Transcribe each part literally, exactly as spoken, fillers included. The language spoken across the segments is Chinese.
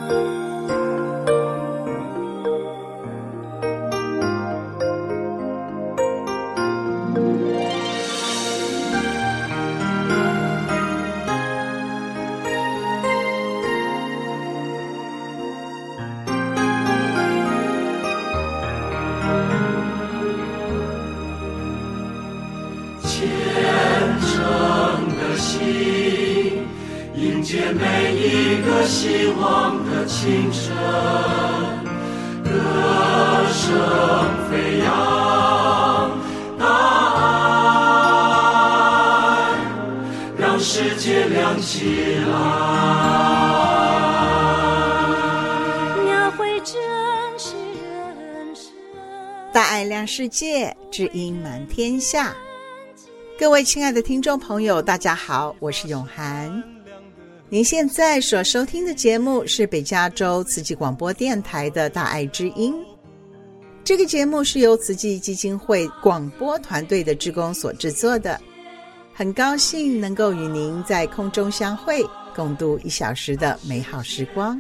迎接每一个希望的清晨，歌声飞扬，大爱让世界亮起来。 描绘真实人生， 大爱亮世界，知音满天下。各位亲爱的听众朋友，大家好，我是永涵。您现在所收听的节目是北加州慈济广播电台的大爱之音。这个节目是由慈济基金会广播团队的志工所制作的，很高兴能够与您在空中相会，共度一小时的美好时光。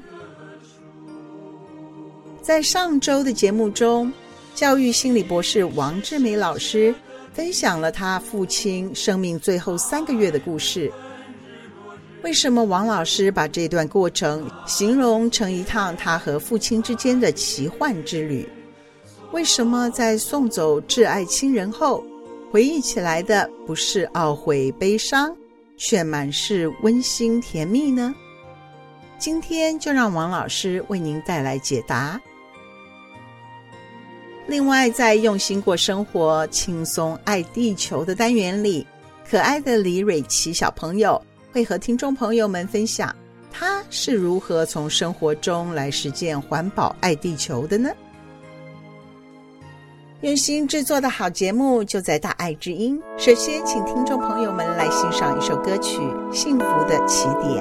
在上周的节目中，教育心理博士王志梅老师分享了他父亲生命最后三个月的故事。为什么王老师把这段过程形容成一趟他和父亲之间的奇幻之旅？为什么在送走挚爱亲人后，回忆起来的不是懊悔悲伤，却满是温馨甜蜜呢？今天就让王老师为您带来解答。另外，在用心过生活轻松爱地球的单元里，可爱的李蕊琪小朋友会和听众朋友们分享他是如何从生活中来实践环保爱地球的呢？用心制作的好节目就在大爱之音。首先请听众朋友们来欣赏一首歌曲《幸福的起点》。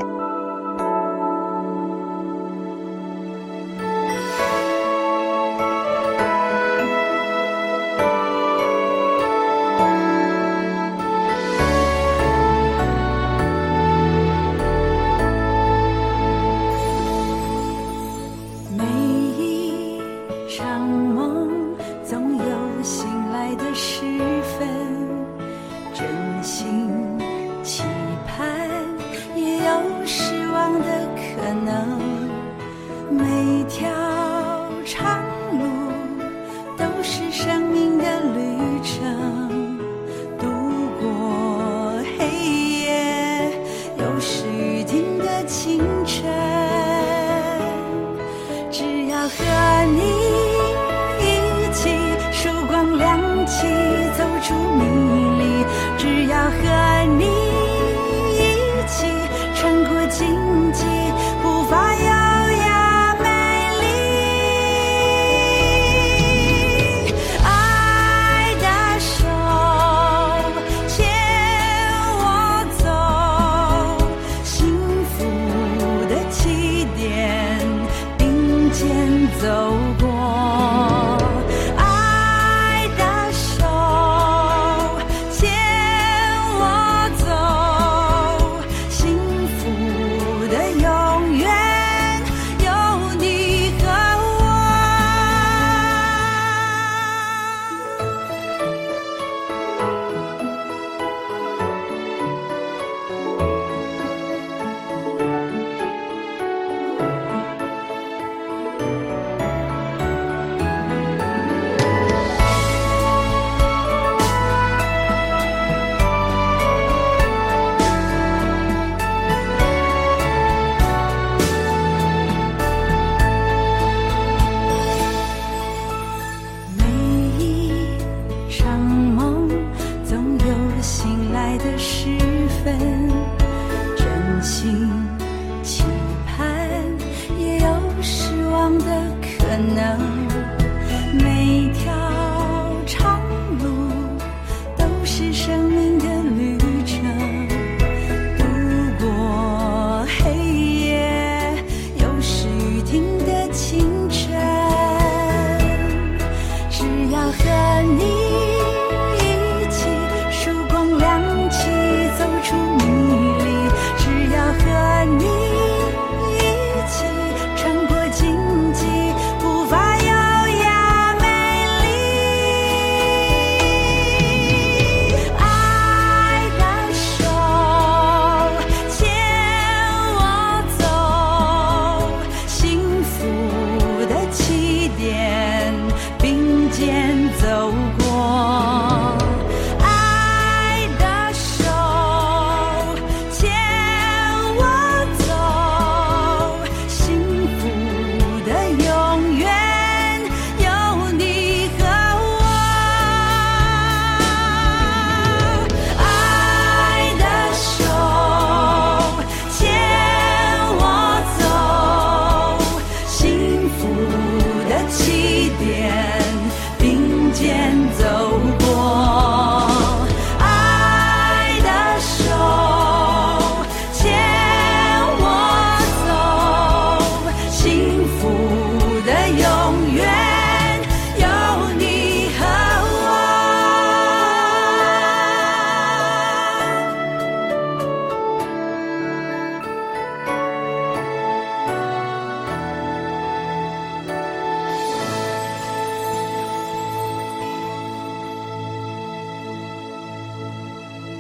亮起，走出迷离，只要和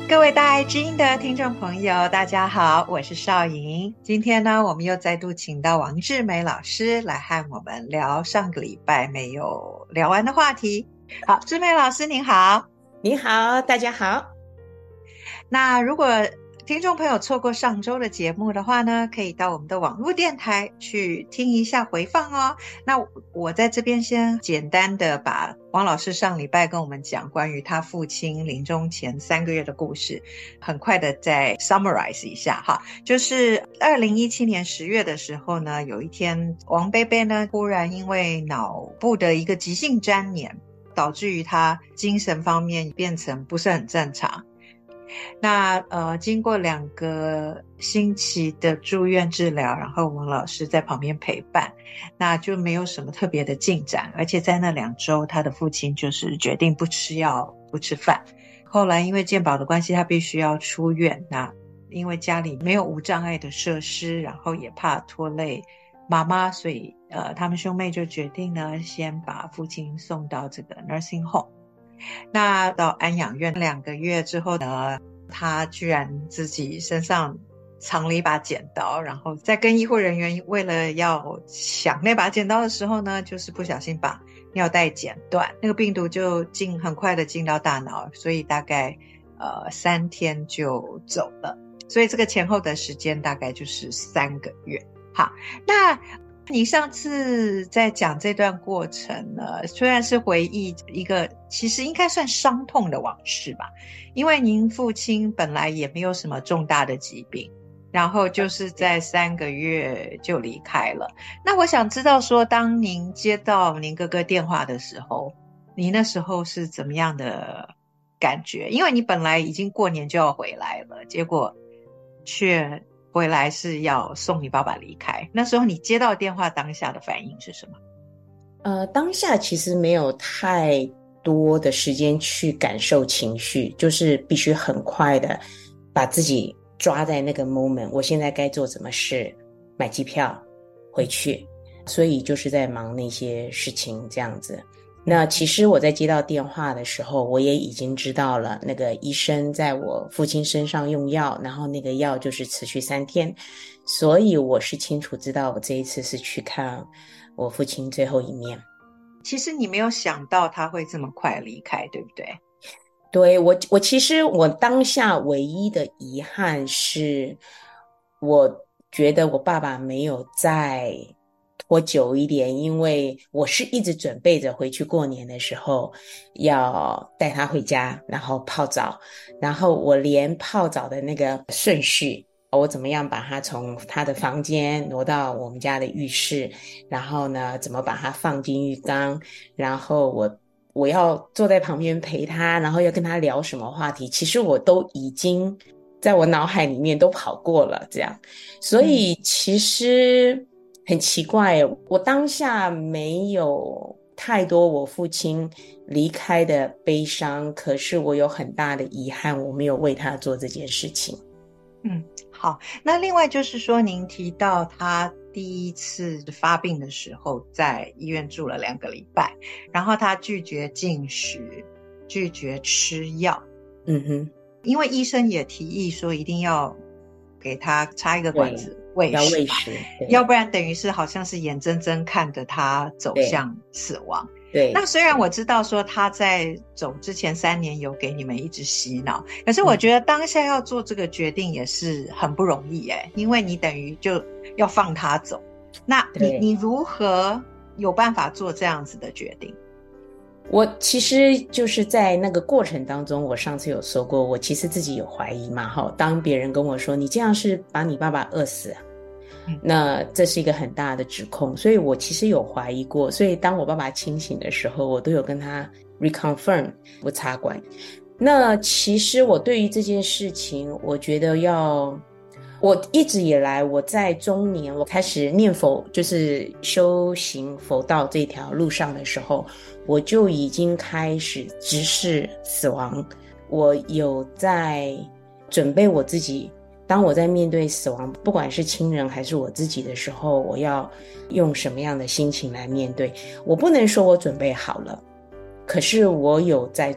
各位大爱之音的听众朋友，大家好，我是少莹。今天呢，我们又再度请到王志梅老师来和我们聊上个礼拜没有聊完的话题。好，志梅老师您好。 您好，大家好。 那如果听众朋友错过上周的节目的话呢，可以到我们的网络电台去听一下回放哦。那我在这边先简单的把王老师上礼拜跟我们讲关于他父亲临终前三个月的故事，很快的再 summarize 一下哈。就是二零一七年十月的时候呢，有一天王贝贝呢忽然因为脑部的一个急性沾黏，导致于他精神方面变成不是很正常。那呃，经过两个星期的住院治疗，然后王老师在旁边陪伴，那就没有什么特别的进展。而且在那两周，他的父亲就是决定不吃药、不吃饭。后来因为健保的关系，他必须要出院。那因为家里没有无障碍的设施，然后也怕拖累妈妈，所以呃，他们兄妹就决定呢，先把父亲送到这个 nursing home。那到安养院两个月之后呢，他居然自己身上藏了一把剪刀，然后在跟医护人员为了要抢那把剪刀的时候呢，就是不小心把尿袋剪断，那个病毒就进很快的进到大脑，所以大概呃三天就走了，所以这个前后的时间大概就是三个月。好，那你上次在讲这段过程呢，虽然是回忆一个其实应该算伤痛的往事吧，因为您父亲本来也没有什么重大的疾病，然后就是在三个月就离开了。那我想知道说，当您接到您哥哥电话的时候，你那时候是怎么样的感觉？因为你本来已经过年就要回来了，结果却回来是要送你爸爸离开，那时候你接到电话当下的反应是什么？ 呃，当下其实没有太多的时间去感受情绪，就是必须很快的把自己抓在那个 moment， 我现在该做什么事，买机票回去，所以就是在忙那些事情这样子。那其实我在接到电话的时候，我也已经知道了那个医生在我父亲身上用药，然后那个药就是持续三天，所以我是清楚知道我这一次是去看我父亲最后一面。 其实你没有想到他会这么快离开，对不对？ 对，我我其实我当下唯一的遗憾是，我觉得我爸爸没有在拖久一点，因为我是一直准备着回去过年的时候要带他回家，然后泡澡，然后我连泡澡的那个顺序，我怎么样把他从他的房间挪到我们家的浴室，然后呢怎么把他放进浴缸，然后我我要坐在旁边陪他，然后要跟他聊什么话题，其实我都已经在我脑海里面都跑过了这样。所以其实很奇怪，我当下没有太多我父亲离开的悲伤，可是我有很大的遗憾，我没有为他做这件事情。 嗯，好，那另外就是说，您提到他第一次发病的时候在医院住了两个礼拜，然后他拒绝进食，拒绝吃药。 嗯哼， 因为医生也提议说一定要给他插一个管子喂食， 要喂食， 要不然等于是好像是眼睁睁看着他走向死亡。 对， 那虽然我知道说他在走之前三年有给你们一直洗脑，可是我觉得当下要做这个决定也是很不容易耶，因为你等于就要放他走。那你你如何有办法做这样子的决定？ 我其实就是在那个过程当中，我上次有说过，我其实自己有怀疑嘛，齁，当别人跟我说你这样是把你爸爸饿死啊，那这是一个很大的指控，所以我其实有怀疑过。所以当我爸爸清醒的时候，我都有跟他 reconfirm 我插管。那其实我对于这件事情，我觉得要我一直以来我在中年我开始念佛，就是修行佛道这条路上的时候，我就已经开始直视死亡。我有在准备我自己，当我在面对死亡，不管是亲人还是我自己的时候，我要用什么样的心情来面对。我不能说我准备好了，可是我有在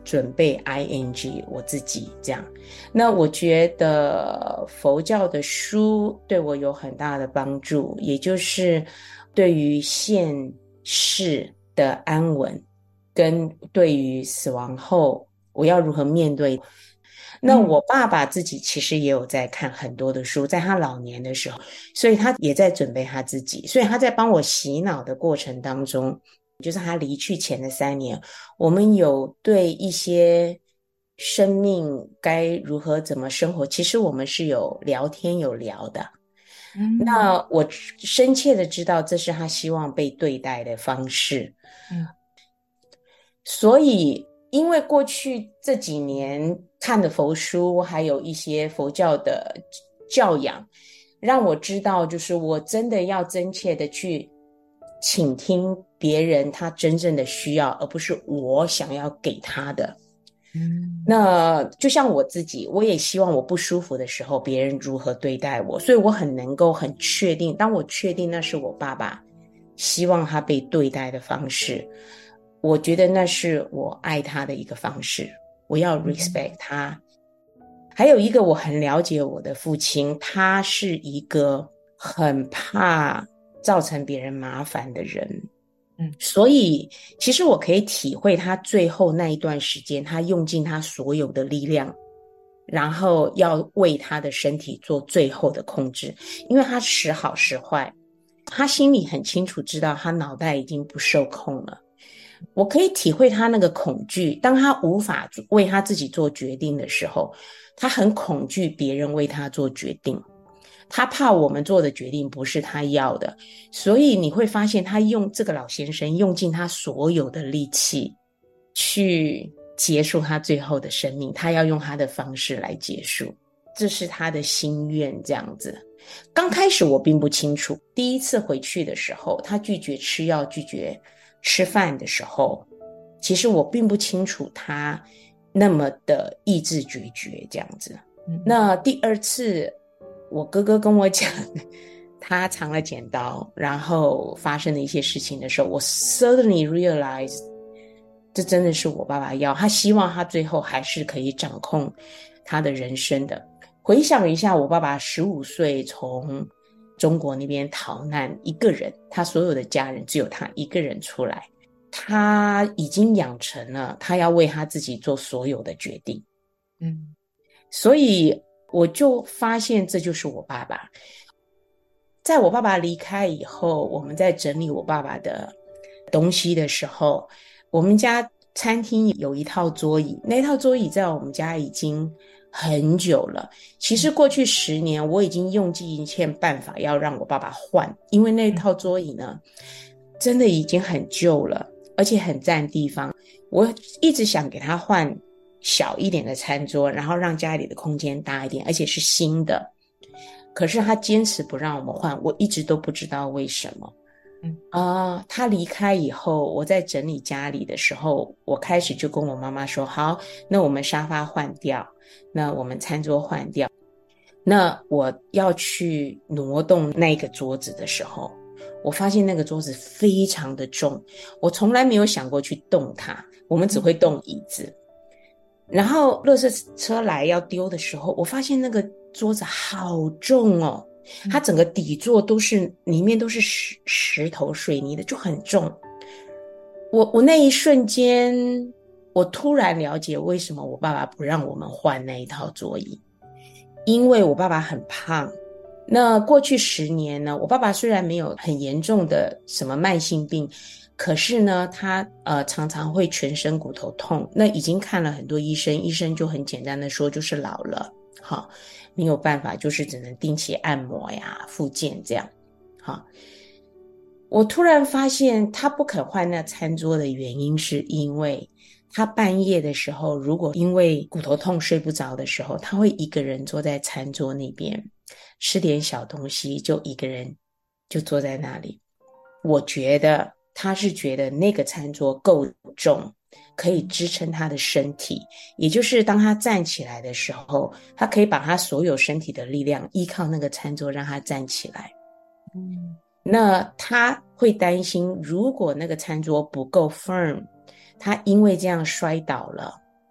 准备 I N G 我自己这样。那我觉得佛教的书对我有很大的帮助，也就是对于现世的安稳跟对于死亡后我要如何面对。那我爸爸自己其实也有在看很多的书，在他老年的时候，所以他也在准备他自己，所以他在帮我洗脑的过程当中，就是他离去前的三年，我们有对一些生命该如何怎么生活，其实我们是有聊天有聊的。嗯，那我深切的知道这是他希望被对待的方式。嗯，所以因为过去这几年看的佛书还有一些佛教的教养，让我知道就是我真的要真切的去倾听别人他真正的需要，而不是我想要给他的。嗯，那就像我自己，我也希望我不舒服的时候别人如何对待我，所以我很能够很确定，当我确定那是我爸爸希望他被对待的方式，我觉得那是我爱他的一个方式，我要 respect 他。还有一个，我很了解我的父亲，他是一个很怕造成别人麻烦的人。嗯，所以其实我可以体会他最后那一段时间，他用尽他所有的力量，然后要为他的身体做最后的控制，因为他时好时坏，他心里很清楚知道他脑袋已经不受控了。我可以体会他那个恐惧，当他无法为他自己做决定的时候，他很恐惧别人为他做决定，他怕我们做的决定不是他要的，所以你会发现他用这个老先生用尽他所有的力气去结束他最后的生命，他要用他的方式来结束，这是他的心愿这样子。刚开始我并不清楚，第一次回去的时候，他拒绝吃药拒绝吃饭的时候，其实我并不清楚他那么的意志决绝这样子。那第二次我哥哥跟我讲他藏了剪刀然后发生的一些事情的时候，我 suddenly realized 这真的是我爸爸要，他希望他最后还是可以掌控他的人生的。回想一下，我爸爸十五岁从中国那边逃难，一个人，他所有的家人只有他一个人出来，他已经养成了他要为他自己做所有的决定。嗯，所以我就发现这就是我爸爸。在我爸爸离开以后，我们在整理我爸爸的东西的时候，我们家餐厅有一套桌椅，那套桌椅在我们家已经很久了。其实过去十年我已经用尽一切办法要让我爸爸换，因为那套桌椅呢真的已经很旧了，而且很占地方。我一直想给他换小一点的餐桌，然后让家里的空间大一点，而且是新的。可是他坚持不让我们换，我一直都不知道为什么。嗯啊、呃，他离开以后，我在整理家里的时候，我开始就跟我妈妈说，好，那我们沙发换掉，那我们餐桌换掉。那我要去挪动那个桌子的时候，我发现那个桌子非常的重，我从来没有想过去动它，我们只会动椅子。然后垃圾车来要丢的时候，我发现那个桌子好重哦，它整个底座都是里面都是石石头水泥的，就很重。我我那一瞬间，我突然了解为什么我爸爸不让我们换那一套桌椅，因为我爸爸很胖。那过去十年呢，我爸爸虽然没有很严重的什么慢性病，可是呢他呃常常会全身骨头痛，那已经看了很多医生，医生就很简单的说就是老了，好，没有办法，就是只能定期按摩呀复健这样。好，我突然发现他不肯换那餐桌的原因是因为他半夜的时候，如果因为骨头痛睡不着的时候，他会一个人坐在餐桌那边吃点小东西，就一个人就坐在那里。我觉得他是觉得那个餐桌够重，可以支撑他的身体，也就是当他站起来的时候，他可以把他所有身体的力量依靠那个餐桌让他站起来。嗯，那他会担心如果那个餐桌不够 firm， 他因为这样摔倒了，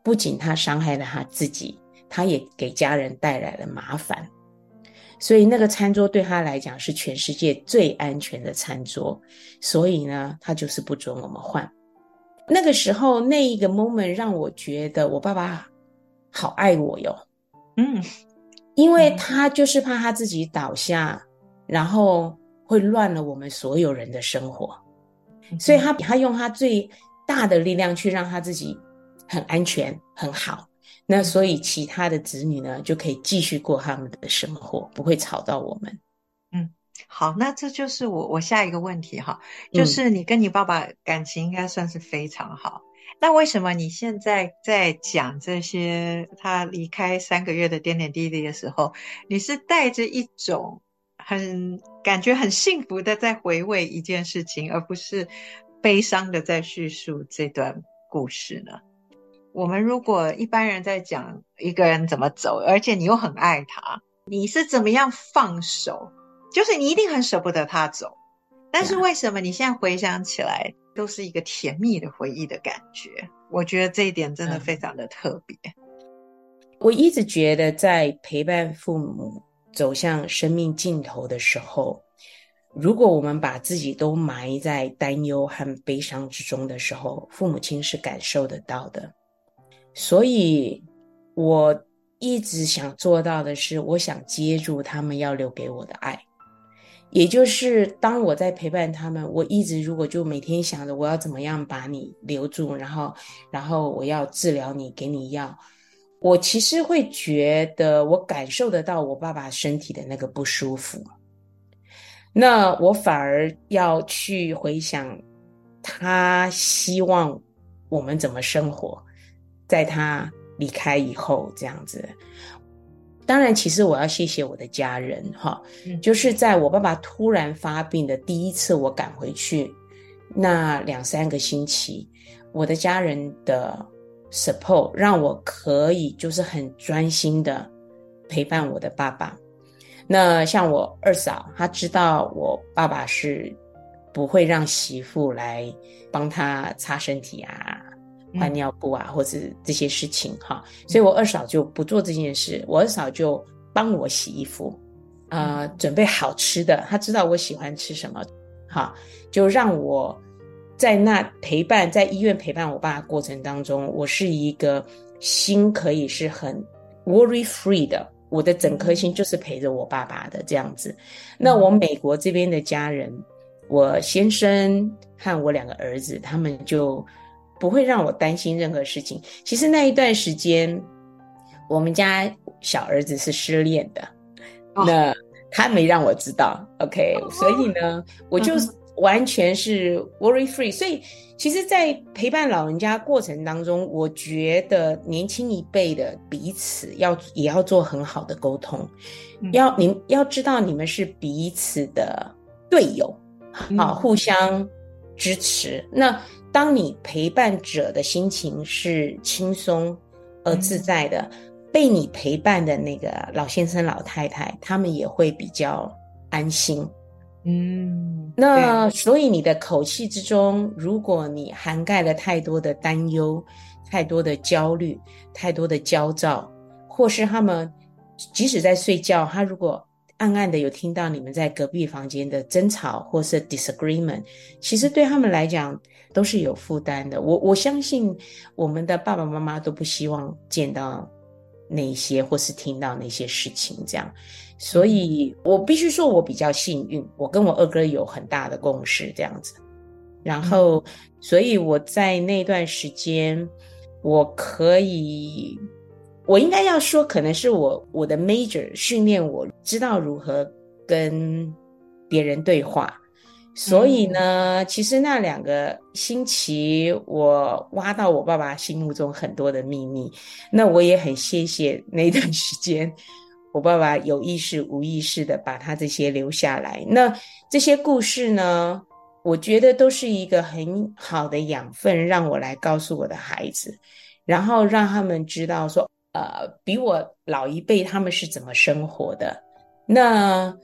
不仅他伤害了他自己，他也给家人带来了麻烦。所以那个餐桌对他来讲是全世界最安全的餐桌，所以呢，他就是不准我们换。那个时候那一个 moment 让我觉得我爸爸好爱我哟。 嗯， 因为他就是怕他自己倒下，然后会乱了我们所有人的生活，所以他他用他最大的力量去让他自己很安全很好，那所以其他的子女呢就可以继续过他们的生活，不会吵到我们。 嗯，好，那这就是我我下一个问题哈，就是你跟你爸爸感情应该算是非常好，嗯，那为什么你现在在讲这些他离开三个月的点点滴滴的时候，你是带着一种很感觉很幸福的在回味一件事情，而不是悲伤的在叙述这段故事呢？我们如果一般人在讲一个人怎么走，而且你又很爱他，你是怎么样放手？就是你一定很舍不得他走，但是为什么你现在回想起来都是一个甜蜜的回忆的感觉？我觉得这一点真的非常的特别。嗯， 我一直觉得在陪伴父母走向生命尽头的时候，如果我们把自己都埋在担忧和悲伤之中的时候，父母亲是感受得到的。所以我一直想做到的是，我想接住他们要留给我的爱，也就是当我在陪伴他们，我一直如果就每天想着我要怎么样把你留住，然后然后我要治疗你，给你药，我其实会觉得我感受得到我爸爸身体的那个不舒服，那我反而要去回想他希望我们怎么生活，在他离开以后这样子。当然其实我要谢谢我的家人哈，就是在我爸爸突然发病的第一次我赶回去那两三个星期，我的家人的 support 让我可以就是很专心的陪伴我的爸爸。那像我二嫂，她知道我爸爸是不会让媳妇来帮他擦身体啊，换尿布啊，或者这些事情哈，所以我二嫂就不做这件事，我二嫂就帮我洗衣服，呃，准备好吃的，她知道我喜欢吃什么，哈，就让我在那陪伴，在医院陪伴我爸的过程当中，我是一个心可以是很 worry free 的，我的整颗心就是陪着我爸爸的这样子。那我美国这边的家人，我先生和我两个儿子，他们就不会让我担心任何事情。其实那一段时间我们家小儿子是失恋的，哦，那他没让我知道 OK，哦，所以呢我就完全是 worry free， 所以其实在陪伴老人家过程当中，我觉得年轻一辈的彼此要也要做很好的沟通，嗯，要你要知道你们是彼此的队友，嗯，好，互相支持。那当你陪伴者的心情是轻松而自在的，嗯，被你陪伴的那个老先生老太太他们也会比较安心。嗯，那所以你的口气之中，如果你涵盖了太多的担忧，太多的焦虑，太多的焦躁，或是他们即使在睡觉，他如果暗暗的有听到你们在隔壁房间的争吵或是 disagreement， 其实对他们来讲都是有负担的。我我相信我们的爸爸妈妈都不希望见到那些或是听到那些事情这样。所以我必须说我比较幸运，我跟我二哥有很大的共识这样子，然后所以我在那段时间我可以，我应该要说可能是我我的 major 训练我知道如何跟别人对话。所以呢，其实那两个星期我挖到我爸爸心目中很多的秘密，那我也很谢谢那段时间我爸爸有意识无意识的把他这些留下来。那这些故事呢，我觉得都是一个很好的养分，让我来告诉我的孩子，然后让他们知道说呃，比我老一辈他们是怎么生活的。那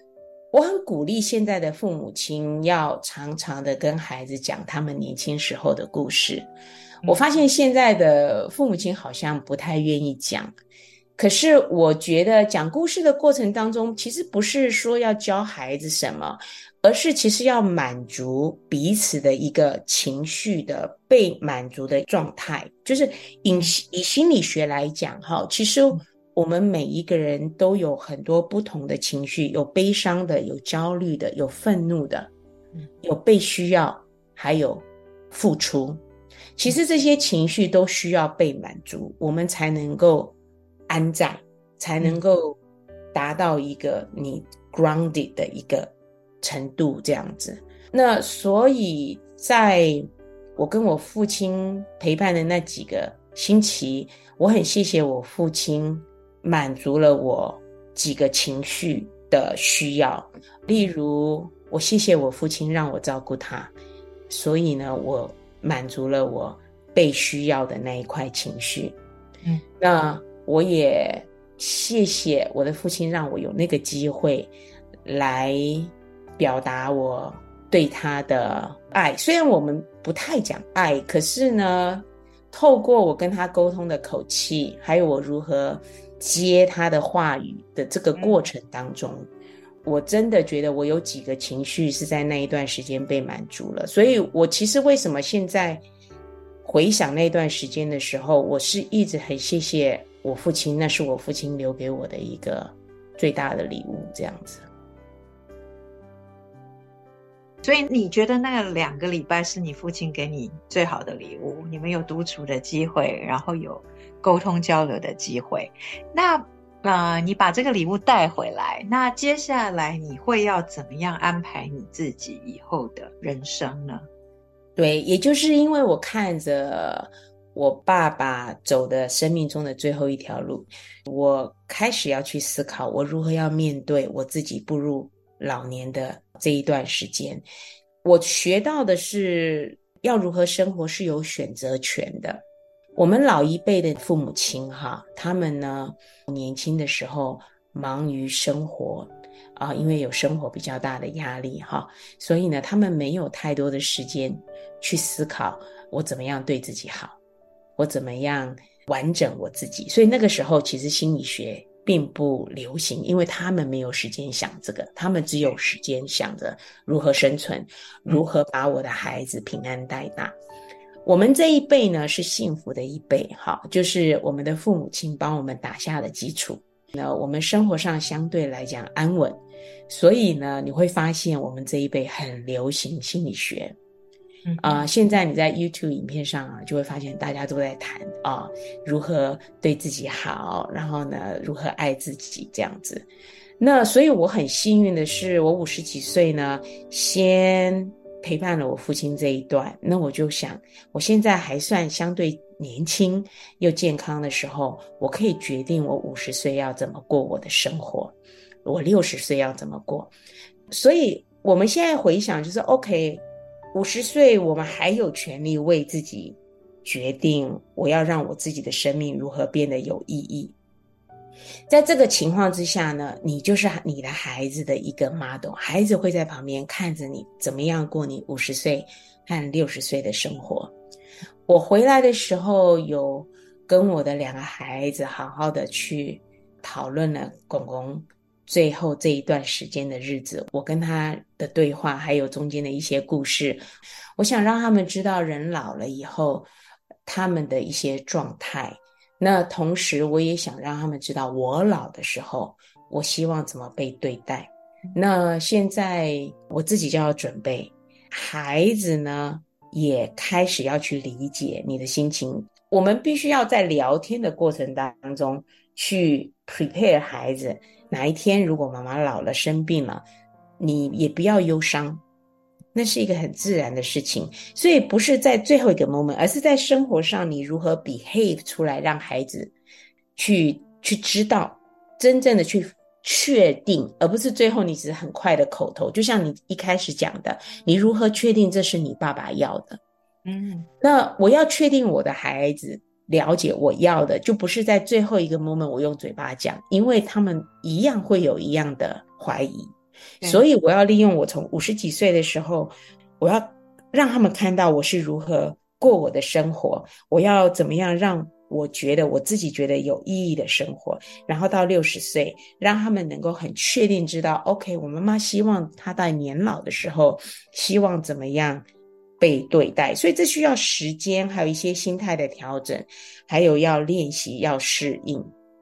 我很鼓励现在的父母亲要常常的跟孩子讲他们年轻时候的故事。我发现现在的父母亲好像不太愿意讲，可是我觉得讲故事的过程当中，其实不是说要教孩子什么，而是其实要满足彼此的一个情绪的被满足的状态。就是以以心理学来讲，其实我们每一个人都有很多不同的情绪，有悲伤的，有焦虑的，有愤怒的，有被需要，还有付出。其实这些情绪都需要被满足，我们才能够安在，才能够达到一个你 grounded 的一个程度这样子。那所以在我跟我父亲陪伴的那几个星期，我很谢谢我父亲满足了我几个情绪的需要。例如我谢谢我父亲让我照顾他，所以呢我满足了我被需要的那一块情绪。嗯，那我也谢谢我的父亲让我有那个机会来表达我对他的爱。虽然我们不太讲爱，可是呢透过我跟他沟通的口气，还有我如何接他的话语的这个过程当中，我真的觉得我有几个情绪是在那一段时间被满足了。所以我其实为什么现在回想那段时间的时候，我是一直很谢谢我父亲，那是我父亲留给我的一个最大的礼物这样子。 所以你觉得那两个礼拜是你父亲给你最好的礼物，你们有独处的机会，然后有沟通交流的机会。那呃，你把这个礼物带回来，那接下来你会要怎么样安排你自己以后的人生呢？ 对，也就是因为我看着我爸爸走的生命中的最后一条路，我开始要去思考我如何要面对我自己步入老年的这一段时间。我学到的是要如何生活是有选择权的。我们老一辈的父母亲哈，他们呢年轻的时候忙于生活啊，因为有生活比较大的压力哈，所以呢他们没有太多的时间去思考我怎么样对自己好，我怎么样完整我自己。所以那个时候其实心理学并不流行，因为他们没有时间想这个，他们只有时间想着如何生存，如何把我的孩子平安带大。我们这一辈呢是幸福的一辈，好，就是我们的父母亲帮我们打下了基础，那我们生活上相对来讲安稳，所以呢你会发现我们这一辈很流行心理学。啊、呃，现在你在 YouTube 影片上啊，就会发现大家都在谈啊、哦，如何对自己好，然后呢，如何爱自己这样子。那所以我很幸运的是，我五十几岁呢，先陪伴了我父亲这一段。那我就想，我现在还算相对年轻又健康的时候，我可以决定我五十岁要怎么过我的生活，我六十岁要怎么过。所以我们现在回想就是 OK。五十岁我们还有权利为自己决定我要让我自己的生命如何变得有意义。在这个情况之下呢，你就是你的孩子的一个 model， 孩子会在旁边看着你怎么样过你五十岁和六十岁的生活。我回来的时候有跟我的两个孩子好好的去讨论了公公最后这一段时间的日子，我跟他的对话还有中间的一些故事，我想让他们知道人老了以后他们的一些状态。那同时我也想让他们知道我老的时候我希望怎么被对待。那现在我自己就要准备，孩子呢也开始要去理解你的心情。我们必须要在聊天的过程当中去 prepare 孩子，哪一天如果妈妈老了生病了，你也不要忧伤，那是一个很自然的事情。所以不是在最后一个 moment， 而是在生活上你如何 behave 出来，让孩子去去知道，真正的去确定，而不是最后你只是很快的口头。就像你一开始讲的，你如何确定这是你爸爸要的？嗯，那我要确定我的孩子了解我要的，就不是在最后一个 moment 我用嘴巴讲，因为他们一样会有一样的怀疑。 所以我要利用我从五十几岁的时候，我要让他们看到我是如何过我的生活，我要怎么样让我觉得我自己觉得有意义的生活，然后到六十岁让他们能够很确定知道 OK 我妈妈希望她在年老的时候希望怎么样被对待，所以这需要时间，还有一些心态的调整，还有要练习，要适应。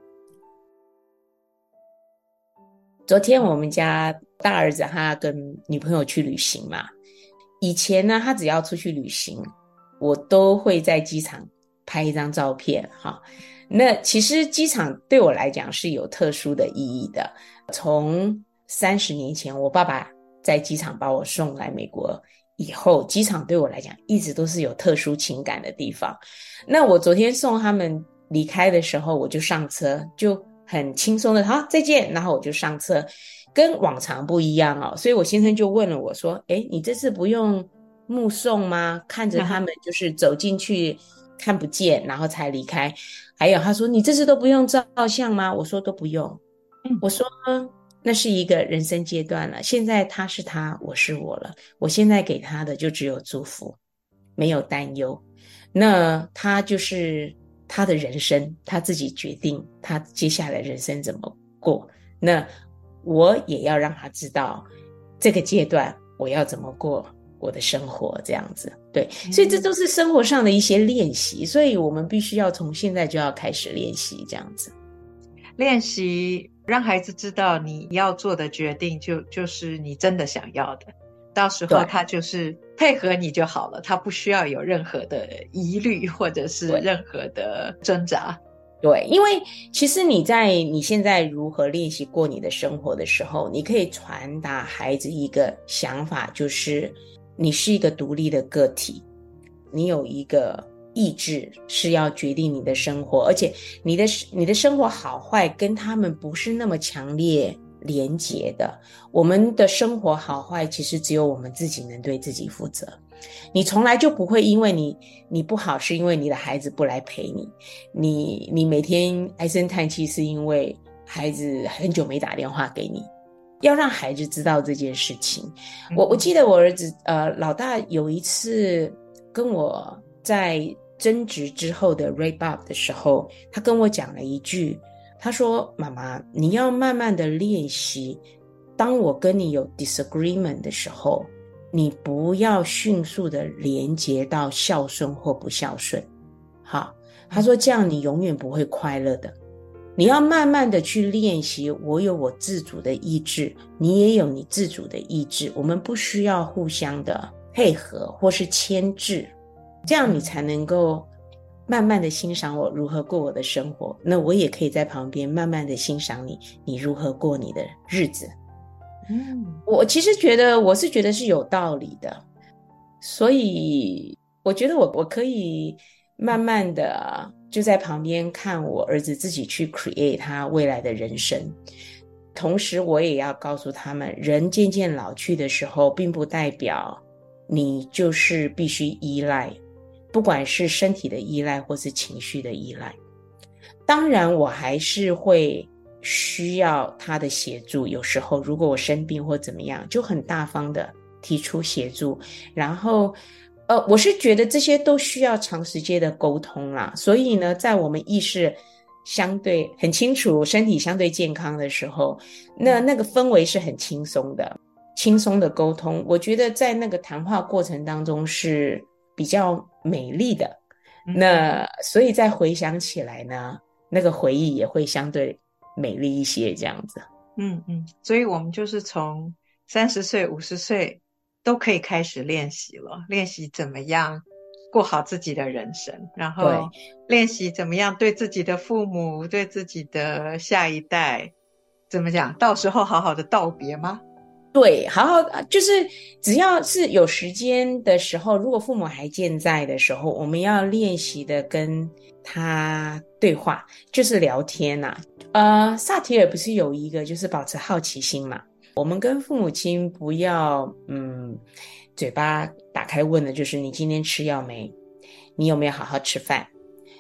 昨天我们家大儿子他跟女朋友去旅行嘛，以前呢他只要出去旅行我都会在机场拍一张照片哈。那其实机场对我来讲是有特殊的意义的，从三十年前我爸爸在机场把我送来美国以后，机场对我来讲一直都是有特殊情感的地方。那我昨天送他们离开的时候，我就上车，就很轻松的好再见，然后我就上车，跟往常不一样哦。所以我先生就问了我说，诶，你这次不用目送吗？看着他们就是走进去看不见然后才离开。还有他说你这次都不用照相吗？我说都不用。我说那是一个人生阶段了，现在他是他，我是我了，我现在给他的就只有祝福，没有担忧。那他就是他的人生，他自己决定他接下来人生怎么过，那我也要让他知道这个阶段我要怎么过我的生活，这样子。对，所以这都是生活上的一些练习，所以我们必须要从现在就要开始练习，这样子练习让孩子知道你要做的决定就就是你真的想要的，到时候他就是配合你就好了，他不需要有任何的疑虑或者是任何的挣扎。 对，因为其实你在你现在如何练习过你的生活的时候，你可以传达孩子一个想法，就是你是一个独立的个体，你有一个意志是要决定你的生活，而且你的你的生活好坏跟他们不是那么强烈连结的。我们的生活好坏其实只有我们自己能对自己负责，你从来就不会因为你你不好是因为你的孩子不来陪你，你你每天唉声叹气是因为孩子很久没打电话给你，要让孩子知道这件事情。我我记得我儿子呃老大有一次跟我在争执之后的 wrap up 的时候，他跟我讲了一句，他说妈妈你要慢慢的练习，当我跟你有 disagreement 的时候，你不要迅速的连接到孝顺或不孝顺。好，他说这样你永远不会快乐的，你要慢慢的去练习，我有我自主的意志，你也有你自主的意志，我们不需要互相的配合或是牵制，这样你才能够慢慢的欣赏我如何过我的生活，那我也可以在旁边慢慢的欣赏你，你如何过你的日子。嗯，我其实觉得我是觉得是有道理的，所以我觉得我我可以慢慢的就在旁边看我儿子自己去 create 他未来的人生。同时我也要告诉他们，人渐渐老去的时候并不代表你就是必须依赖，不管是身体的依赖或是情绪的依赖。当然我还是会需要他的协助，有时候如果我生病或怎么样，就很大方的提出协助。然后呃，我是觉得这些都需要长时间的沟通啦。所以呢，在我们意识相对很清楚，身体相对健康的时候，那那个氛围是很轻松的，轻松的沟通，我觉得在那个谈话过程当中是比较美丽的。那所以再回想起来呢，那个回忆也会相对美丽一些，这样子。嗯嗯，所以我们就是从三十岁、五十岁都可以开始练习了，练习怎么样过好自己的人生，然后练习怎么样对自己的父母、对自己的下一代，怎么讲？到时候好好的道别吗？ 对，好好就是只要是有时间的时候，如果父母还健在的时候，我们要练习的跟他对话，就是聊天啊。呃，萨提尔不是有一个就是保持好奇心嘛？我们跟父母亲不要嗯，嘴巴打开问的就是你今天吃药没？你有没有好好吃饭？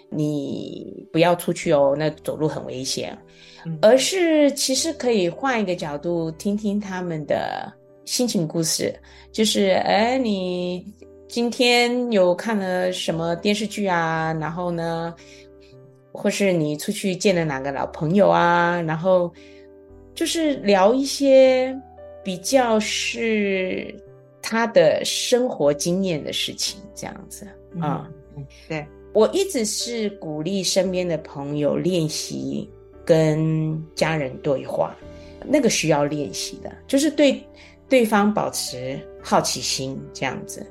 你不要出去哦，那走路很危险。 嗯而是其实可以换一个角度听听他们的心情故事，就是哎，你今天有看了什么电视剧啊？然后呢，或是你出去见了哪个老朋友啊？然后就是聊一些比较是他的生活经验的事情，这样子啊。 嗯嗯，对， 我一直是鼓励身边的朋友练习跟家人对话，那个需要练习的，就是对对方保持好奇心这样子。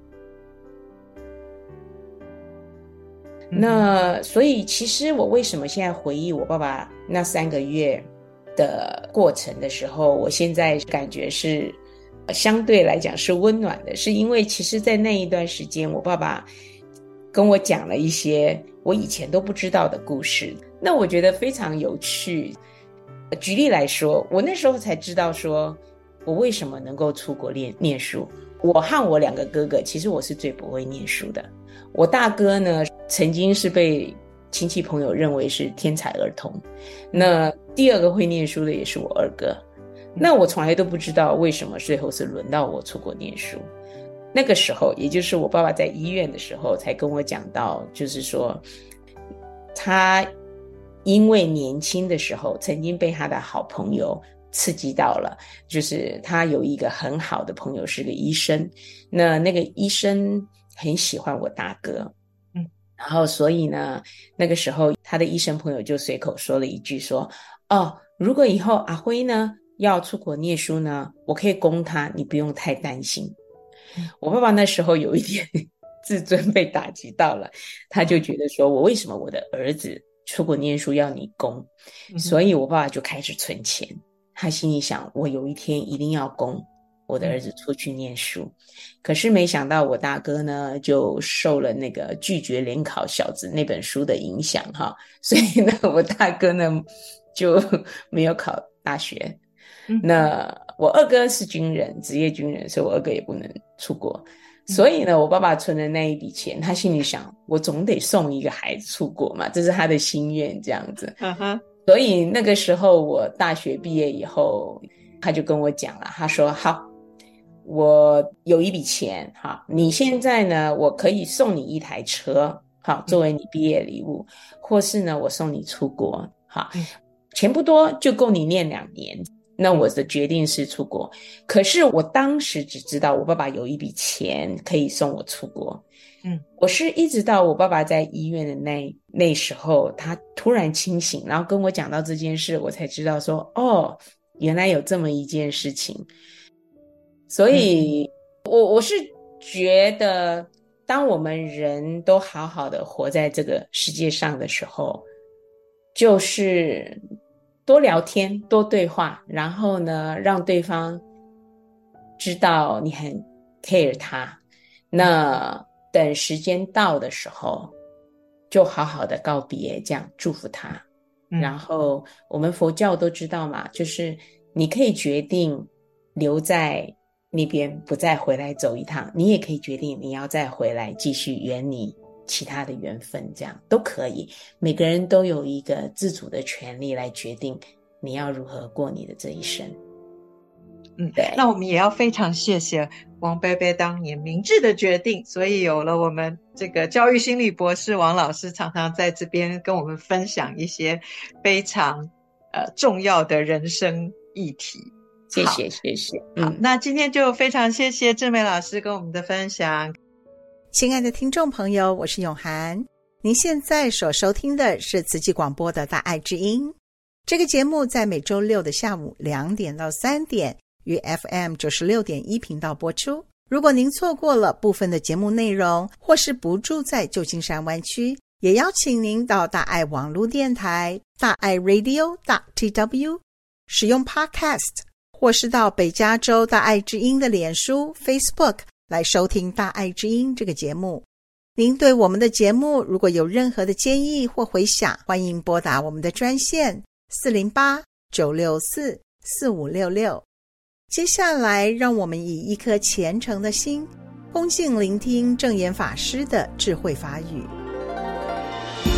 那所以其实我为什么现在回忆我爸爸那三个月的过程的时候，我现在感觉是相对来讲是温暖的，是因为其实在那一段时间我爸爸跟我讲了一些我以前都不知道的故事，那我觉得非常有趣。举例来说，我那时候才知道说我为什么能够出国念念书。我和我两个哥哥其实我是最不会念书的，我大哥呢曾经是被亲戚朋友认为是天才儿童，那第二个会念书的也是我二哥，那我从来都不知道为什么最后是轮到我出国念书。那个时候也就是我爸爸在医院的时候才跟我讲到，就是说他因为年轻的时候曾经被他的好朋友刺激到了，就是他有一个很好的朋友是个医生，那那个医生很喜欢我大哥， 嗯， 然后所以呢那个时候他的医生朋友就随口说了一句说，哦，如果以后阿辉呢要出国念书呢，我可以供他，你不用太担心。我爸爸那时候有一点自尊被打击到了，他就觉得说我为什么我的儿子出国念书要你供，所以我爸爸就开始存钱，他心里想我有一天一定要供我的儿子出去念书。可是没想到我大哥呢就受了那个拒绝联考小子那本书的影响哈，所以呢我大哥呢就没有考大学。那我二哥是军人，职业军人，所以我二哥也不能出国，所以呢我爸爸存的那一笔钱，他心里想我总得送一个孩子出国嘛，这是他的心愿这样子。 uh-huh. 所以那个时候我大学毕业以后，他就跟我讲了，他说好，我有一笔钱，好，你现在呢我可以送你一台车，好，作为你毕业礼物，或是呢我送你出国，好，钱不多，就够你念两年。那我的决定是出国，可是我当时只知道我爸爸有一笔钱可以送我出国。 嗯， 我是一直到我爸爸在医院的那那时候，他突然清醒，然后跟我讲到这件事，我才知道说，哦，原来有这么一件事情。所以，嗯、我我是觉得，当我们人都好好的活在这个世界上的时候，就是多聊天，多对话，然后呢让对方知道你很 care 他，那等时间到的时候就好好的告别，这样祝福他、嗯、然后我们佛教都知道嘛，就是你可以决定留在那边不再回来走一趟，你也可以决定你要再回来继续圆你其他的缘分，这样都可以，每个人都有一个自主的权利来决定你要如何过你的这一生。 嗯，对，那我们也要非常谢谢王伯伯当年明智的决定，所以有了我们这个教育心理博士王老师常常在这边跟我们分享一些非常呃重要的人生议题。 谢谢谢谢。 好、嗯，那今天就非常谢谢志美老师跟我们的分享。 亲爱的听众朋友，我是永涵，您现在所收听的是慈济广播的大爱之音。这个节目在每周六的下午两点到三点于 F M 九十六点一 频道播出。如果您错过了部分的节目内容，或是不住在旧金山湾区，也邀请您到大爱网络电台大爱 radio dot t w 使用 Podcast， 或是到北加州大爱之音的脸书 Facebook来收听大爱之音这个节目。您对我们的节目如果有任何的建议或回响，欢迎拨打我们的专线四零八 九六四 四五六六。接下来让我们以一颗虔诚的心恭敬聆听证严法师的智慧法语。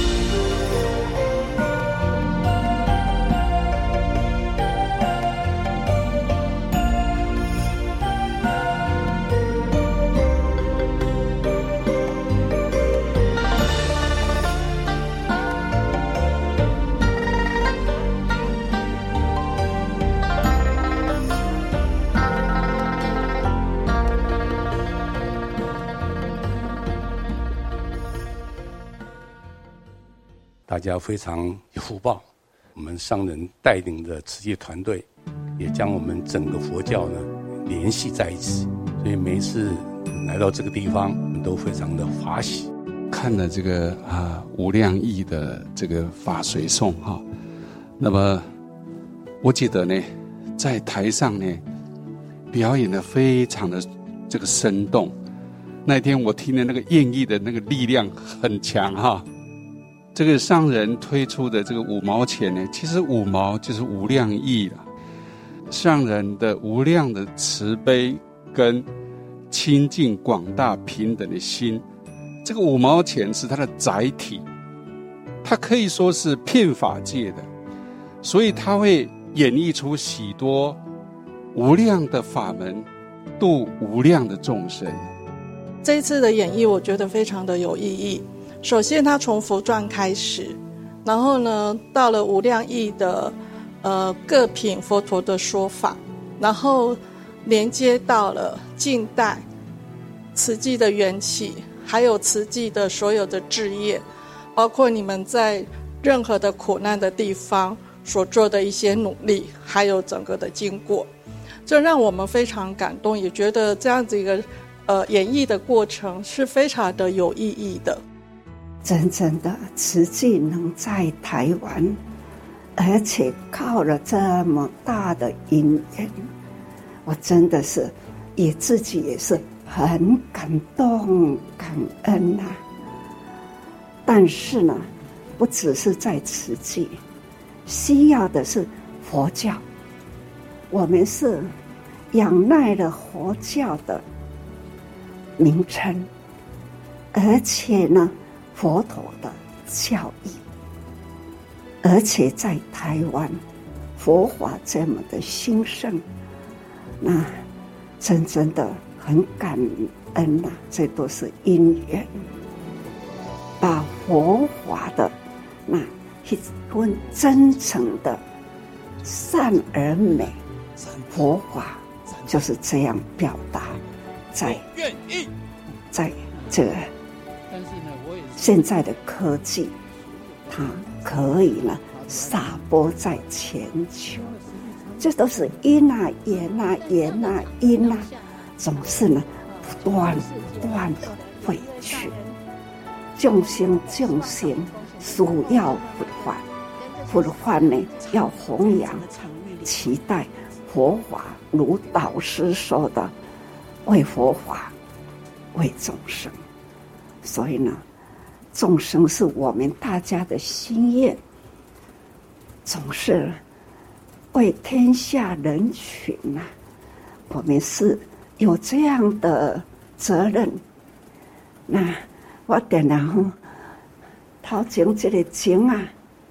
大家非常有福报。我们上人带领的慈济团队，也将我们整个佛教呢联系在一起，所以每一次来到这个地方，我们都非常的欢喜。 看了这个啊无量义的这个法随颂哈，那么我记得呢，在台上呢表演的非常的这个生动。那天我听的那个演绎的那个力量很强哈。这个上人推出的这个五毛钱呢，其实五毛就是无量义了。上人的无量的慈悲跟清净广大平等的心，这个五毛钱是它的载体，它可以说是骗法界的，所以它会演绎出许多无量的法门，度无量的众生。 这一次的演绎我觉得非常的有意义。首先他从佛传开始，然后呢到了无量义的呃各品佛陀的说法，然后连接到了近代慈济的缘起，还有慈济的所有的志业，包括你们在任何的苦难的地方所做的一些努力，还有整个的经过，这让我们非常感动，也觉得这样子一个呃演绎的过程是非常的有意义的。 真正的慈济能在台湾，而且靠了这么大的因缘，我真的是也自己也是很感动感恩啊。但是呢，不只是在慈济，需要的是佛教。我们是仰赖了佛教的名称，而且呢佛陀的教义，而且在台湾佛法这么的兴盛，那真正的很感恩呐、啊，这都是因缘，把佛法的那一份真诚的善而美，佛法就是这样表达，在在这个现在的科技，它可以呢撒播在全球，这都是因啊缘啊缘啊因啊，总是呢不断不断的回去。众生众生需要佛法，佛法呢要弘扬，期待佛法如导师说的，为佛法，为众生。所以呢，众生是我们大家的心愿，总是为天下人群啊，我们是有这样的责任。那我点然后头前这个钟啊，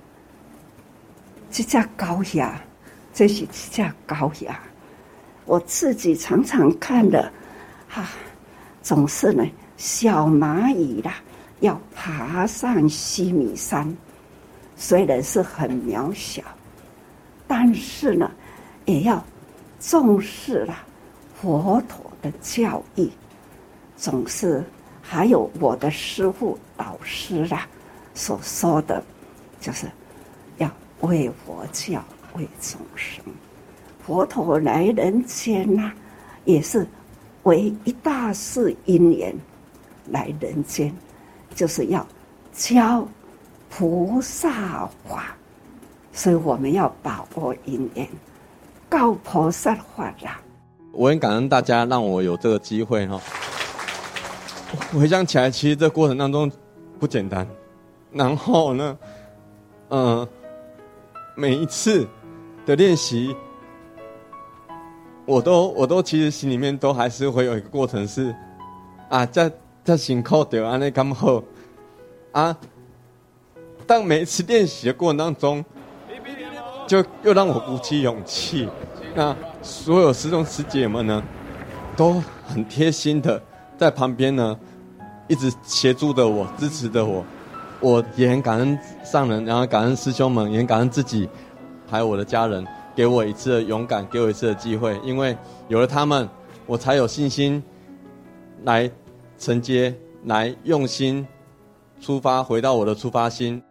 这只高牙，这是一只高牙，我自己常常看的，哈、啊，总是呢小蚂蚁啦，要爬上西米山，虽然是很渺小，但是呢，也要重视了佛陀的教义，总是还有我的师父导师啦所说的，就是要为佛教为众生。佛陀来人间呐、啊，也是为一大事因缘来人间，就是要教菩萨法，所以我们要把握因缘，告菩萨法啦。 我很感恩大家让我有这个机会哈。回想起来，其实这过程当中不简单。然后呢，嗯、呃，每一次的练习，我都我都其实心里面都还是会有一个过程是，啊，在在辛苦的安尼刚好啊。当每一次练习的过程当中，就又让我鼓起勇气。那所有师兄师姐们呢，都很贴心的在旁边呢，一直协助着我，支持着我。我也很感恩上人，然后感恩师兄们，也很感恩自己，还有我的家人，给我一次的勇敢，给我一次的机会。因为有了他们，我才有信心来承接，来用心出发，回到我的出发心。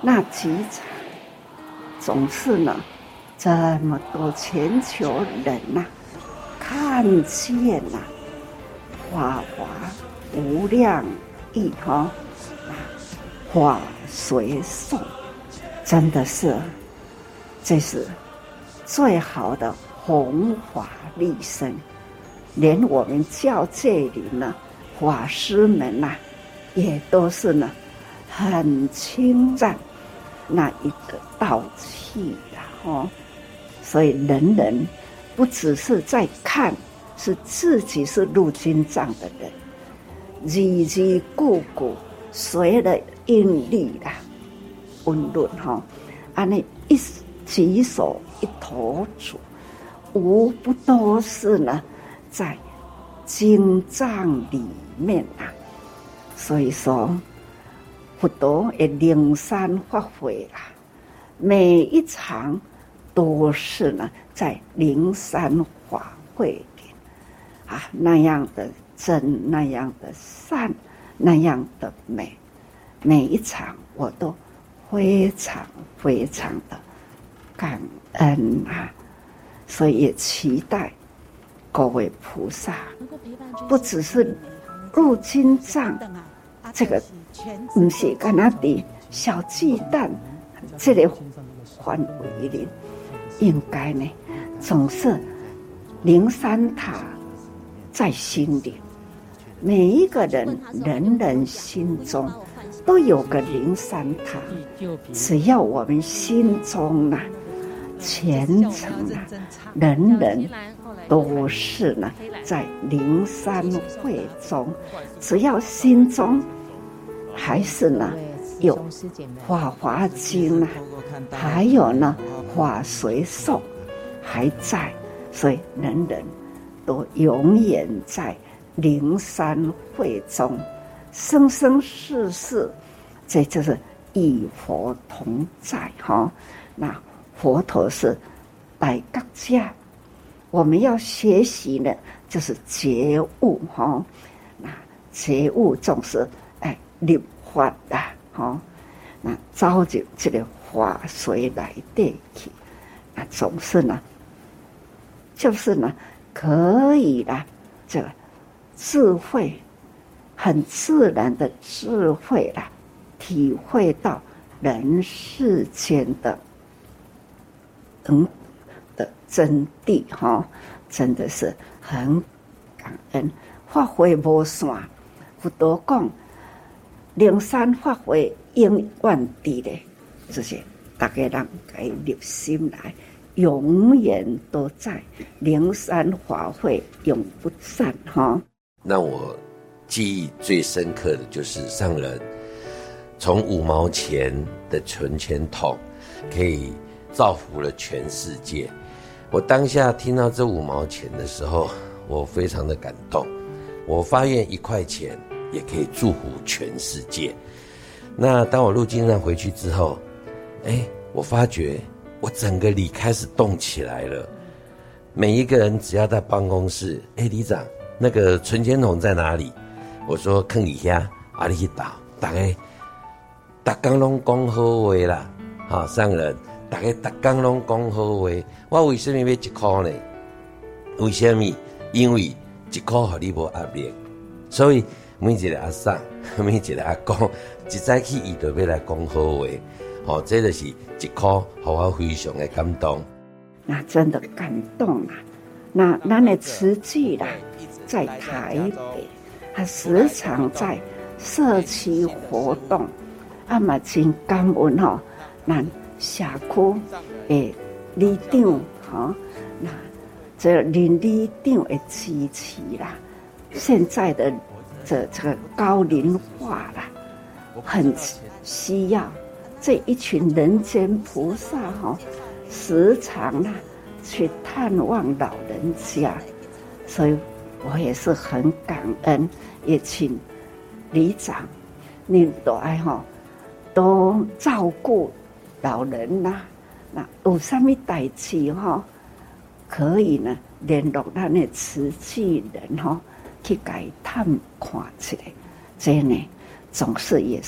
那几场总是呢，这么多全球人呐、啊，看见呐、啊，法华无量义哈，啊，法随颂，真的是，这是最好的弘法利生。连我们教界里呢，法师们呐、啊，也都是呢，很称赞那一个道气的哦。所以人人不只是在看，是自己是入经藏的人，字字句句随了因力啦，温论哈，安尼一举手一投足，无不都是呢在经藏里面啊。所以说，佛陀的灵山法会啊，每一场都是呢在灵山法会里啊，那样的真，那样的善，那样的美，每一场我都非常非常的感恩啊！所以也期待各位菩萨，不只是入经藏，这个不是干那的小鸡蛋这个范围里，应该呢总是灵山塔在心里，每一个人人人心中都有个灵山塔，只要我们心中呢、啊、虔诚啊，人人都是呢在灵山会中，只要心中还是呢有法华经啊，还有呢法随颂还在，所以人人都永远在灵山会中，生生世世，这就是与佛同在哈。那佛陀是大觉家，我们要学习呢，就是觉悟哈。那觉悟总是哎立法的哈，那照着这个法随来对去，那总是呢，就是呢可以啦，这个智慧很自然的智慧啦，体会到人世间的嗯的真谛哈，真的是很感恩。法会无散，佛陀讲灵山法会永远伫咧，就是大家人该入心来，永远都在灵山法会永不散哈。 让我记忆最深刻的就是上人从五毛钱的存钱筒可以造福了全世界。我当下听到这五毛钱的时候，我非常的感动。我发愿一块钱也可以祝福全世界。那当我入经藏回去之后，哎，我发觉我整个里开始动起来了。每一个人只要在办公室，哎，里长，那个存钱筒在哪里？我说坑里下，啊，你去打，大家大家拢讲好话啦，好上人，大家大家拢讲好话。我为什么要一块呢？为什么？因为一块互你无压力，所以每一个阿嫂，每一个阿公，一早起伊就要来讲好话，哦，这就是一块，互我非常的感动。 那真的感动啊！那咱的慈济啦，在台北，他时常在社区活动，啊嘛真感恩吼，咱社区的里长吼，那这邻里长的支持啦，现在的这这个高龄化啦，很需要这一群人间菩萨哈，时常啦去探望老人家，所以我也是很感恩，也请里长您都爱哈，都照顾老人啦。那有什么代志哈？可以呢，联络咱的慈济人哈，去给探看起来，这呢总是也是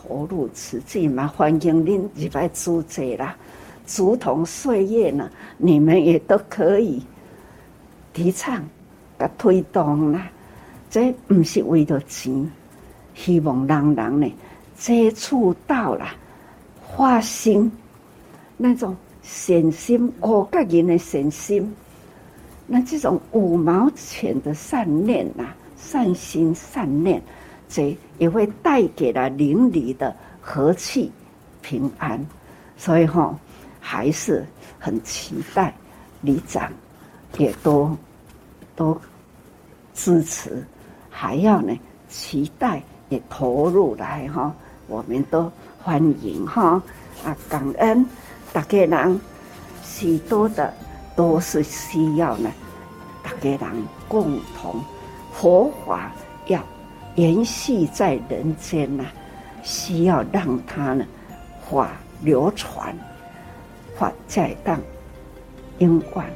投入慈济嘛，欢迎您入来主持啦。竹筒岁月呢，你们也都可以提倡、甲推动啦。这不是为了钱，希望人人呢接触到啦，发心那种善心，五个人的善心，那这种五毛钱的善念呐、啊，善心善念，这也会带给了邻里的和气平安。所以哈、哦，还是很期待里长也都都支持，还要呢期待也投入来哈，我们都欢迎哈啊，感恩大家人许多的都是需要呢，大家人共同佛法要延续在人间呐、啊，需要让它呢法流传，法在当永远。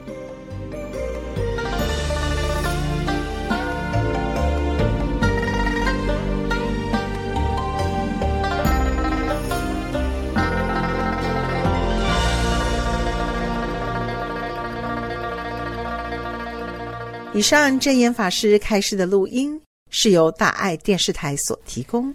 以上证严法师开示的录音是由大爱电视台所提供。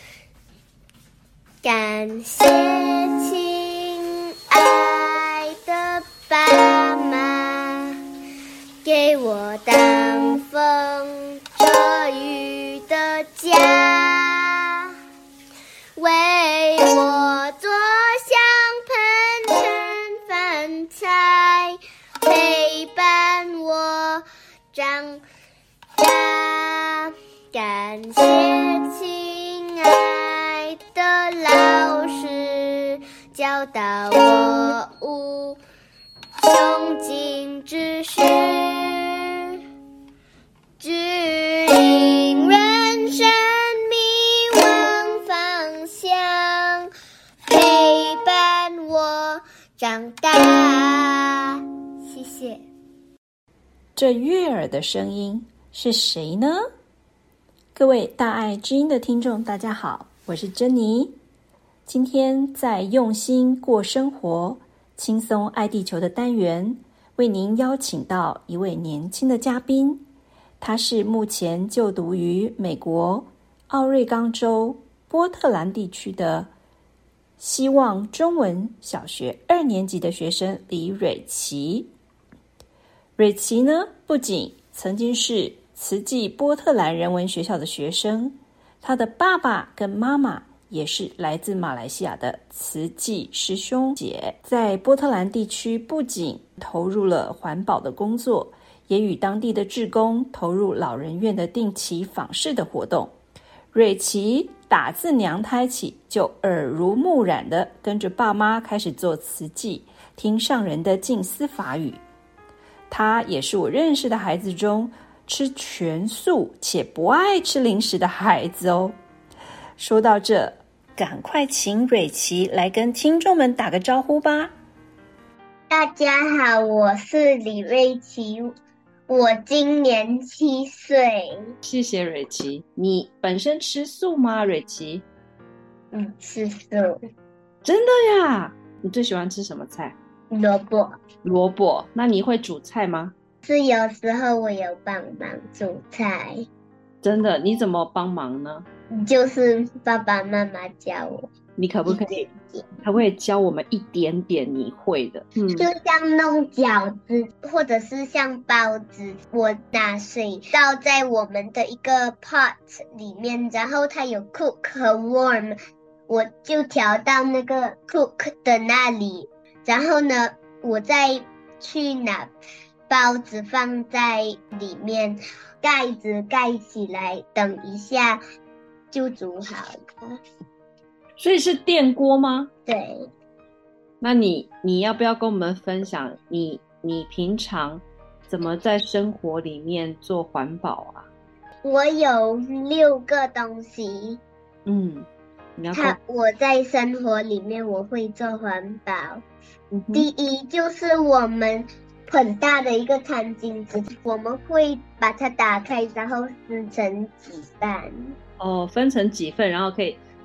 感谢亲爱的爸妈，给我挡风遮雨的家，为我做香喷盛饭菜，陪伴我长大。感谢亲爱的老师，教导我无穷尽知识，指引人生迷惘方向，陪伴我长大。谢谢。 这悦耳的声音是谁呢？各位大爱知音的听众大家好，我是珍妮。今天在用心过生活轻松爱地球的单元，为您邀请到一位年轻的嘉宾，他是目前就读于美国奥瑞冈州波特兰地区的希望中文小学二年级的学生李蕊琪。蕊琪呢，不仅曾经是慈济波特兰人文学校的学生，他的爸爸跟妈妈也是来自马来西亚的慈济师兄姐，在波特兰地区不仅投入了环保的工作，也与当地的志工投入老人院的定期访视的活动。蕊琪打自娘胎起就耳濡目染的跟着爸妈开始做慈济，听上人的静思法语。他也是我认识的孩子中吃全素且不爱吃零食的孩子哦。说到这，赶快请蕊琪来跟听众们打个招呼吧。 大家好，我是李蕊琪，我今年七岁。 谢谢蕊琪。你本身吃素吗，蕊琪？ 嗯，吃素。 真的呀？你最喜欢吃什么菜？ 萝卜。 萝卜。那你会煮菜吗？ 是有时候我有帮忙煮菜。 真的？你怎么帮忙呢？ 就是爸爸妈妈教我。 你可不可以可不可以教我们一点点你会的？ 嗯，就像弄饺子或者是像包子，我拿水倒在我们的一个 pot 里面，然后它有 cook 和 warm， 我就调到那个 cook 的那里，然后呢我再去拿包子放在里面，盖子盖起来，等一下就煮好了。 所以是电锅吗？ 对。 那你你要不要跟我们分享你你平常怎么在生活里面做环保啊？ 我有六个东西。 嗯，你要它我在生活里面我会做环保。嗯、第一就是我们很大的一个餐巾纸，我们会把它打开，然后撕成几瓣。 哦，分成几份，然后可以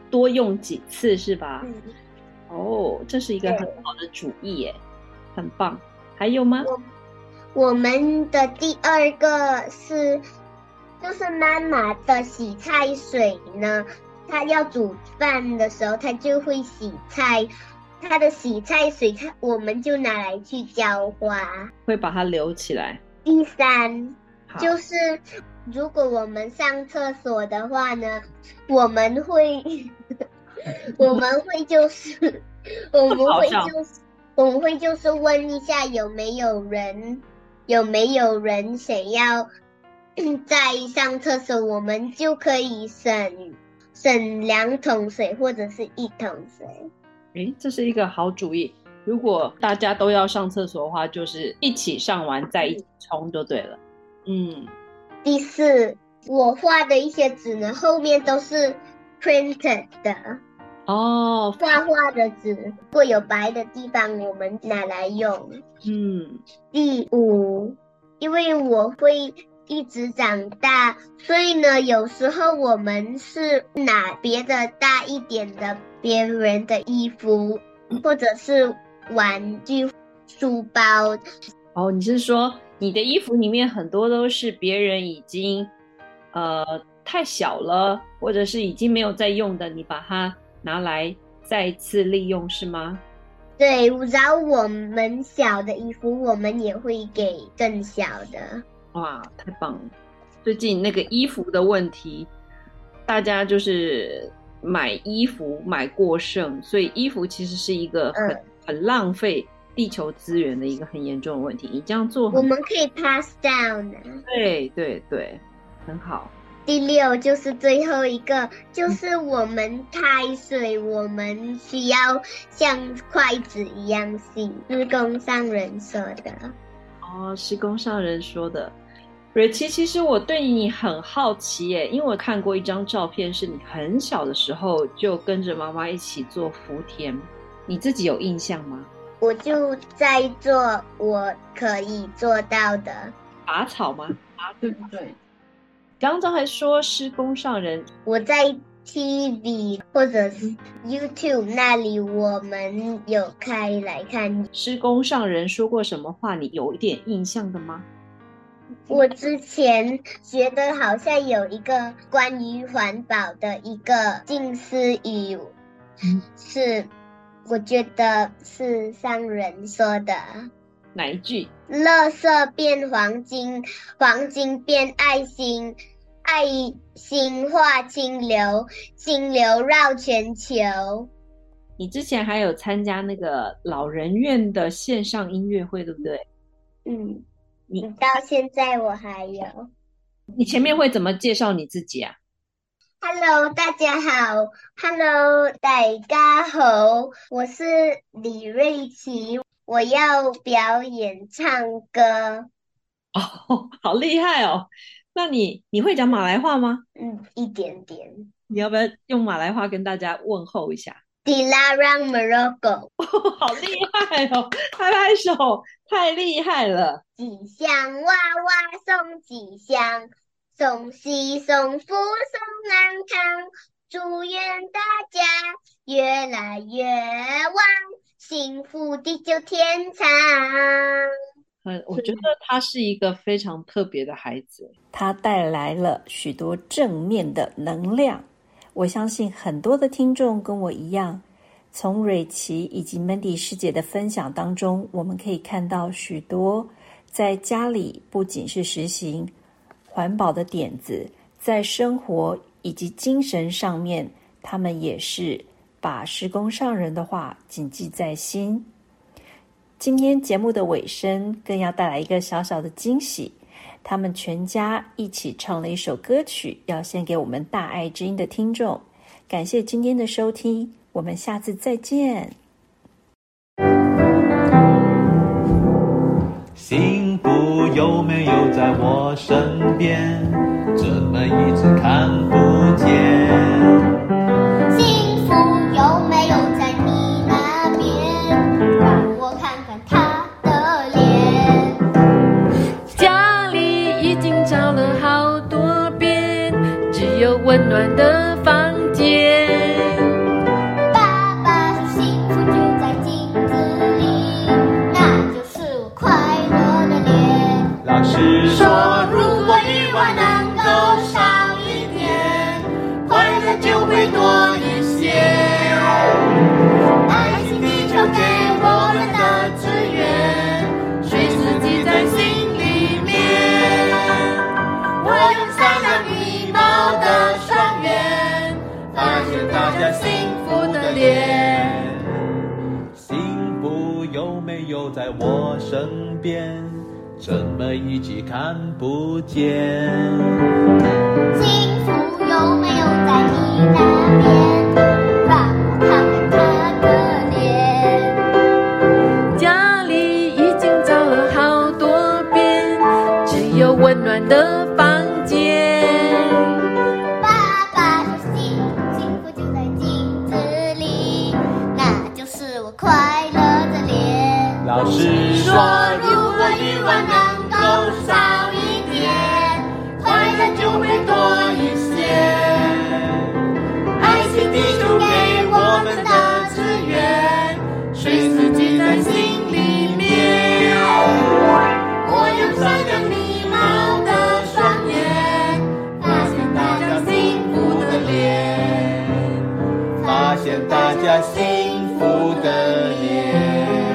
多用几次是吧？ 嗯， 哦，这是一个很好的主意耶，很棒。还有吗？ 我我们的第二个是，就是妈妈的洗菜水呢，她要煮饭的时候，她就会洗菜，她的洗菜水，她我们就拿来去浇花， 会把它留起来。 第三就是如果我们上厕所的话呢，我们会我们会就是我们会就是我们会就是问一下有没有人有没有人想要在上厕所，我们就可以省省两桶水或者是一桶水。 诶，这是一个好主意。如果大家都要上厕所的话，就是一起上完再一起冲就对了。嗯。 第四，我画的一些纸呢，后面都是 printed 的哦， 画画的纸，如果有白的地方，我们拿来用。 嗯。 第五，因为我会一直长大，所以呢，有时候我们是拿别的大一点的别人的衣服，或者是玩具、书包。 哦，你是说你的衣服里面很多都是别人已经呃太小了，或者是已经没有在用的，你把它拿来再次利用是吗？ 对，然后我们小的衣服我们也会给更小的。 哇，太棒了！最近那个衣服的问题，大家就是买衣服买过剩，所以衣服其实是一个很、嗯、很浪费地球资源的一个很严重的问题。你这样做我们可以 pass down 的。 对对对，很好。 第六就是最后一个，就是我们开水，嗯、我们需要像筷子一样洗，是工上人说的。 哦，是工上人说的。蕊琪，其实我对你很好奇耶，因为我看过一张照片，是你很小的时候就跟着妈妈一起做福田，你自己有印象吗？ 我就在做我可以做到的。 拔草吗？啊，对不对？刚刚还说施工上人， 我在 T V 或者是 YouTube 那里，我们有开来看。 施工上人说过什么话，你有一点印象的吗？ 我之前觉得好像有一个关于环保的一个近似语，嗯、是我觉得是上人说的。 哪一句？ 垃圾变黄金，黄金变爱心，爱心化清流，清流绕全球。 你之前还有参加那个老人院的线上音乐会，对不对？ 嗯，你到现在我还有。 你前面会怎么介绍你自己啊？ Hello， 大家好 ，Hello， 大家好，我是李瑞琪。我要表演唱歌。 哦，好厉害哦！那你你会讲马来话吗？ 嗯，一点点。 你要不要用马来话跟大家问候一下 ？Dilarang Merokok。 哦，好厉害哦！拍拍手，太厉害了！ 吉祥娃娃送吉祥，送喜送福送安康，祝愿大家越来越旺。幸福地久天长。 嗯，我觉得他是一个非常特别的孩子， 他带来了许多正面的能量。我相信很多的听众跟我一样，从蕊琪以及 Mandy 师姐的分享当中，我们可以看到许多在家里不仅是实行环保的点子，在生活以及精神上面，他们也是把施工上人的话谨记在心。今天节目的尾声更要带来一个小小的惊喜，他们全家一起唱了一首歌曲，要献给我们大爱之音的听众。感谢今天的收听，我们下次再见。 幸福有没有在我身边，怎么一直看不见？ 幸福有没有在你那边，让我看看他的脸。 家里已经找了好多遍，只有温暖的房间。 一万能够少一点，快乐就会多一些。爱情地球给我们的资源，随时记在心里面。我用善良礼貌的双眼，发现大家幸福的脸。 幸福有没有在我身边？怎么一直看不见？ 幸福有没有在你那边？让我看看他的脸。 家里已经找了好多遍，只有温暖的房间。 爸爸说幸幸福就在镜子里，那就是我快乐的脸。 老师说如果欲望能够少一点，快乐就会多一些。爱情地球给我们的资源，随时记在心里面。我用善良礼貌的双眼，发现大家幸福的脸， 发现大家幸福的脸。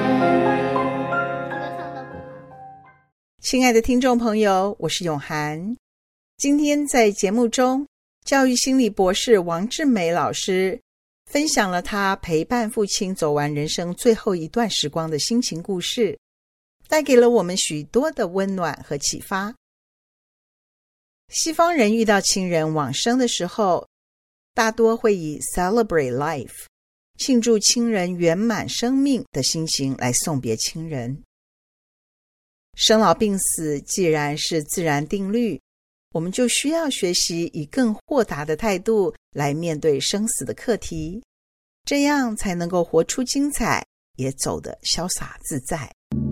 亲爱的听众朋友，我是永涵。今天在节目中，教育心理博士王志美老师分享了他陪伴父亲走完人生最后一段时光的心情故事，带给了我们许多的温暖和启发。西方人遇到亲人往生的时候，大多会以 celebrate life 庆祝亲人圆满生命的心情来送别亲人。生老病死既然是自然定律，我们就需要学习以更豁达的态度来面对生死的课题，这样才能够活出精彩，也走得潇洒自在。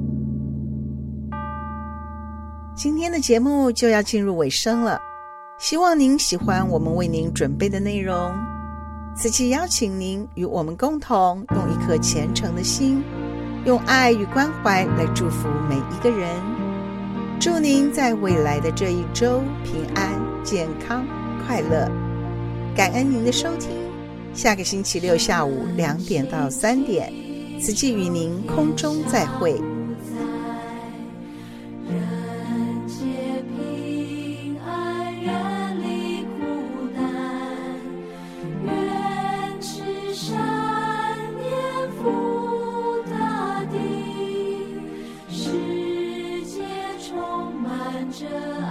今天的节目就要进入尾声了，希望您喜欢我们为您准备的内容。此期邀请您与我们共同用一颗虔诚的心，用爱与关怀来祝福每一个人。祝您在未来的这一周平安、健康、快乐。感恩您的收听，下个星期六下午两点到三点，慈济与您空中再会。 世界充满着